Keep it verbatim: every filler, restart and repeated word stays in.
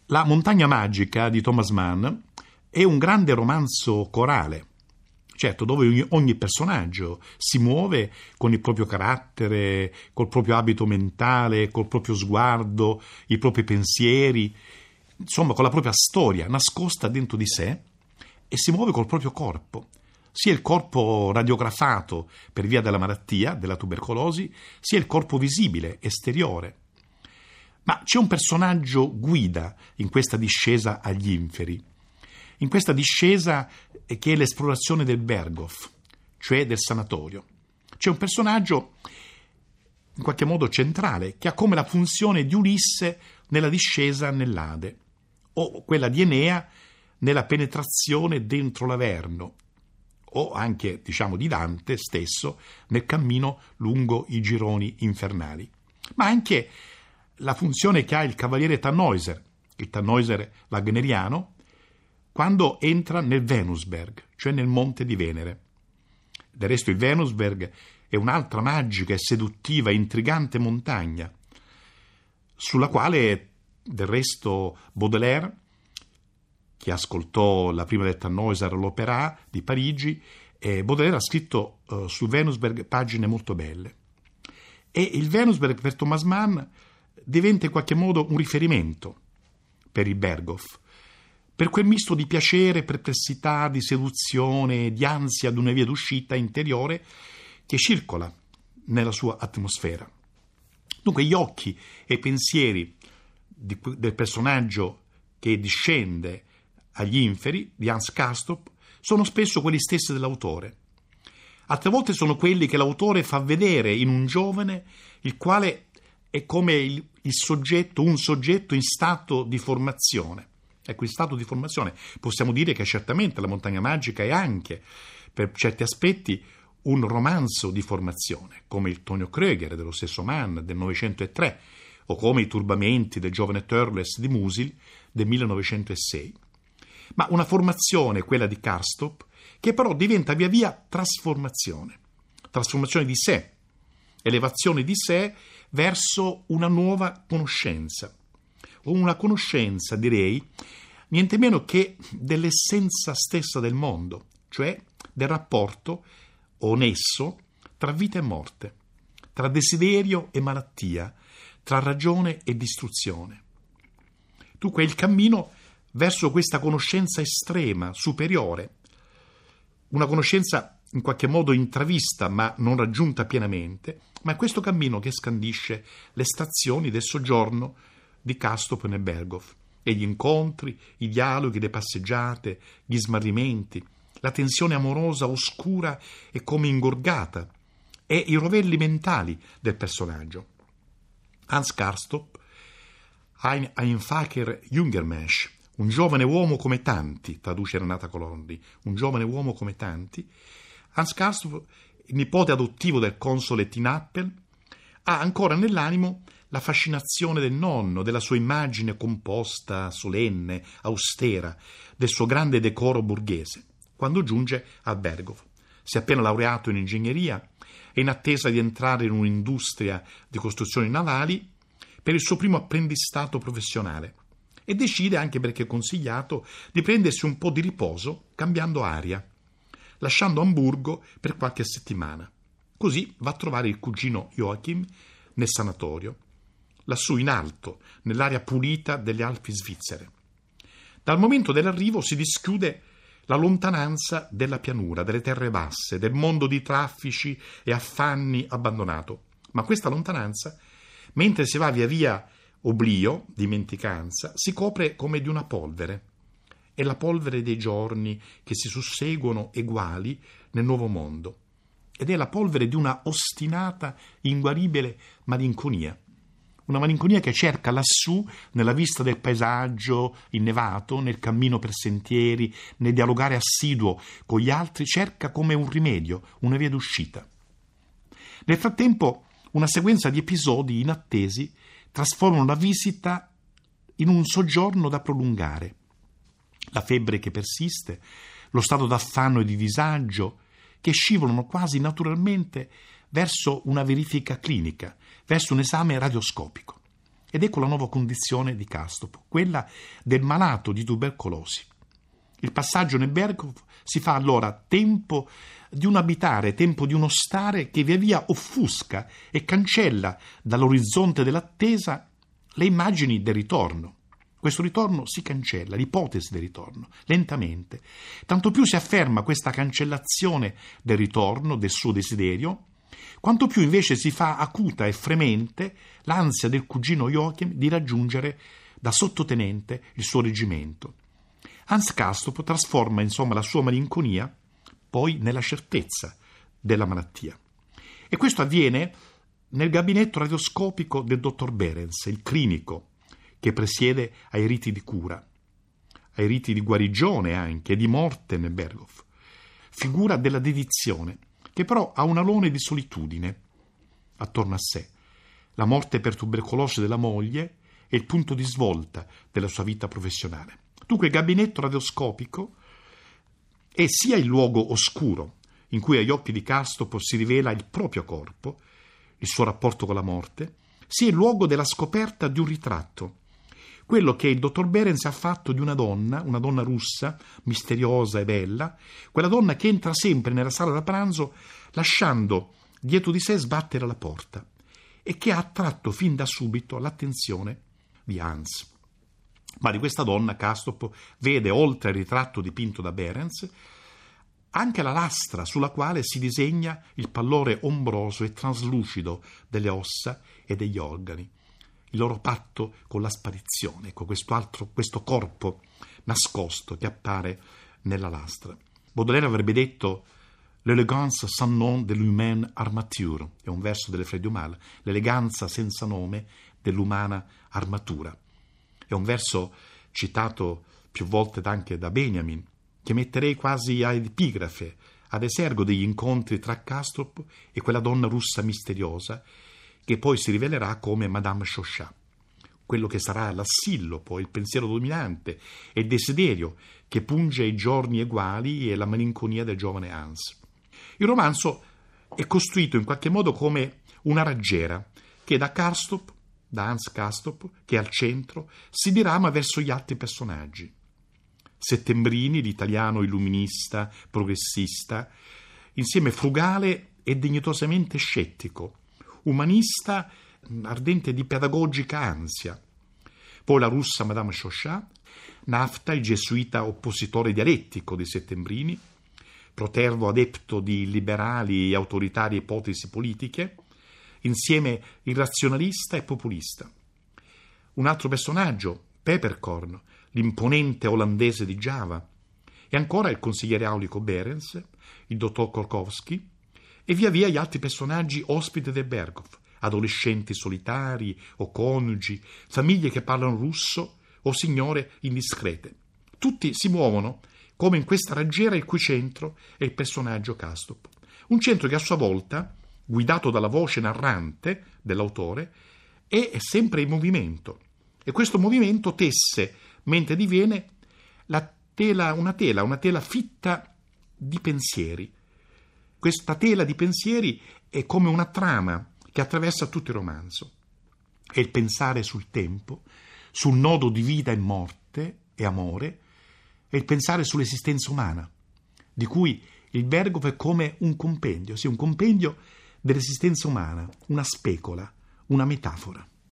La montagna magica di Thomas Mann è un grande romanzo corale, certo, dove ogni, ogni personaggio si muove con il proprio carattere, col proprio abito mentale, col proprio sguardo, i propri pensieri, insomma con la propria storia nascosta dentro di sé, e si muove col proprio corpo, sia il corpo radiografato per via della malattia, della tubercolosi, sia il corpo visibile, esteriore. Ma c'è un personaggio guida in questa discesa agli inferi, in questa discesa che è l'esplorazione del Berghof, cioè del sanatorio. C'è un personaggio in qualche modo centrale, che ha come la funzione di Ulisse nella discesa nell'Ade, o quella di Enea nella penetrazione dentro l'Averno, o anche, diciamo, di Dante stesso nel cammino lungo i gironi infernali. Ma anche la funzione che ha il cavaliere Tannhäuser, il Tannhäuser wagneriano, quando entra nel Venusberg, cioè nel Monte di Venere. Del resto il Venusberg è un'altra magica e seduttiva, intrigante montagna, sulla quale del resto Baudelaire, che ascoltò la prima del Tannhäuser all'Opéra di Parigi, e Baudelaire ha scritto uh, su Venusberg pagine molto belle. E il Venusberg per Thomas Mann diventa in qualche modo un riferimento per il Berghof, per quel misto di piacere, perplessità, di seduzione, di ansia di una via d'uscita interiore che circola nella sua atmosfera. Dunque gli occhi e i pensieri di, del personaggio che discende agli inferi, di Hans Castorp, sono spesso quelli stessi dell'autore. Altre volte sono quelli che l'autore fa vedere in un giovane, il quale è come il, il soggetto, un soggetto in stato di formazione. Ecco, in stato di formazione possiamo dire che certamente La montagna magica è anche, per certi aspetti, un romanzo di formazione, come il Tonio Kröger dello stesso Mann del Novecentotre, o come i Turbamenti del giovane Törles di Musil del millenovecentosei. Ma una formazione, quella di Castorp, che però diventa via via trasformazione, trasformazione di sé, elevazione di sé verso una nuova conoscenza, o una conoscenza, direi, niente meno che dell'essenza stessa del mondo, cioè del rapporto o nesso tra vita e morte, tra desiderio e malattia, tra ragione e distruzione. Dunque il cammino verso questa conoscenza estrema, superiore, una conoscenza in qualche modo intravista ma non raggiunta pienamente, ma è questo cammino che scandisce le stazioni del soggiorno di Castorp nel Berghof, e gli incontri, i dialoghi, le passeggiate, gli smarrimenti, la tensione amorosa oscura e come ingorgata, e i rovelli mentali del personaggio. Hans Castorp, ein einfacher junger Mensch, un giovane uomo come tanti, traduce Renata Colordi, un giovane uomo come tanti. Hans Castorp, il nipote adottivo del console Tinappel, ha ancora nell'animo la fascinazione del nonno, della sua immagine composta, solenne, austera, del suo grande decoro borghese, quando giunge al Berghof. Si è appena laureato in ingegneria, è in attesa di entrare in un'industria di costruzioni navali per il suo primo apprendistato professionale, e decide, anche perché è consigliato, di prendersi un po' di riposo cambiando aria, lasciando Amburgo per qualche settimana. Così va a trovare il cugino Joachim nel sanatorio, lassù in alto, nell'area pulita delle Alpi svizzere. Dal momento dell'arrivo si dischiude la lontananza della pianura, delle terre basse, del mondo di traffici e affanni abbandonato. Ma questa lontananza, mentre si va via via oblio, dimenticanza, si copre come di una polvere. È la polvere dei giorni che si susseguono eguali nel nuovo mondo. Ed è la polvere di una ostinata, inguaribile malinconia. Una malinconia che cerca lassù, nella vista del paesaggio innevato, nel cammino per sentieri, nel dialogare assiduo con gli altri, cerca come un rimedio, una via d'uscita. Nel frattempo, una sequenza di episodi inattesi trasformano la visita in un soggiorno da prolungare. La febbre che persiste, lo stato d'affanno e di disagio, che scivolano quasi naturalmente verso una verifica clinica, verso un esame radioscopico. Ed ecco la nuova condizione di Castorp, quella del malato di tubercolosi. Il passaggio nel Berghof si fa allora tempo di un abitare, tempo di uno stare che via via offusca e cancella dall'orizzonte dell'attesa le immagini del ritorno. Questo ritorno si cancella, l'ipotesi del ritorno, lentamente. Tanto più si afferma questa cancellazione del ritorno, del suo desiderio, quanto più invece si fa acuta e fremente l'ansia del cugino Joachim di raggiungere da sottotenente il suo reggimento. Hans Castorp trasforma insomma la sua malinconia poi nella certezza della malattia. E questo avviene nel gabinetto radioscopico del dottor Behrens, il clinico, che presiede ai riti di cura, ai riti di guarigione anche, di morte nel Berghof. Figura della dedizione, che però ha un alone di solitudine attorno a sé. La morte per tubercolosi della moglie è il punto di svolta della sua vita professionale. Dunque il gabinetto radioscopico è sia il luogo oscuro in cui agli occhi di Castorp si rivela il proprio corpo, il suo rapporto con la morte, sia il luogo della scoperta di un ritratto, quello che il dottor Behrens ha fatto di una donna, una donna russa, misteriosa e bella, quella donna che entra sempre nella sala da pranzo lasciando dietro di sé sbattere la porta e che ha attratto fin da subito l'attenzione di Hans. Ma di questa donna Castorp vede, oltre al ritratto dipinto da Behrens, anche la lastra sulla quale si disegna il pallore ombroso e traslucido delle ossa e degli organi, il loro patto con la sparizione, con questo altro, questo corpo nascosto che appare nella lastra. Baudelaire avrebbe detto «L'élégance sans nom de l'humaine armature», è un verso dell'Effet du Mal, l'eleganza senza nome dell'umana armatura. È un verso citato più volte anche da Benjamin, che metterei quasi ad epigrafe, ad esergo degli incontri tra Castorp e quella donna russa misteriosa, che poi si rivelerà come Madame Chauchat, quello che sarà l'assillo, poi il pensiero dominante e il desiderio che punge i giorni eguali e la malinconia del giovane Hans. Il romanzo è costruito in qualche modo come una raggiera che da Castorp, da Hans Castorp, che è al centro, si dirama verso gli altri personaggi. Settembrini, l'italiano illuminista, progressista, insieme frugale e dignitosamente scettico, umanista, ardente di pedagogica ansia. Poi la russa Madame Chauchat, Nafta, il gesuita oppositore dialettico di Settembrini, Protervo adepto di liberali e autoritarie ipotesi politiche, insieme il razionalista e populista. Un altro personaggio, Peppercorn, l'imponente olandese di Java, e ancora il consigliere aulico Behrens, il dottor Korkowski, e via via gli altri personaggi ospiti del Berghof, adolescenti solitari o coniugi, famiglie che parlano russo o signore indiscrete. Tutti si muovono come in questa raggiera il cui centro è il personaggio Castorp. Un centro che a sua volta, guidato dalla voce narrante dell'autore, è sempre in movimento. E questo movimento tesse, mentre diviene, la tela, una tela, una tela fitta di pensieri. Questa tela di pensieri è come una trama che attraversa tutto il romanzo. È il pensare sul tempo, sul nodo di vita e morte e amore, è il pensare sull'esistenza umana, di cui il Berghof è come un compendio, sì, un compendio dell'esistenza umana, una specola, una metafora.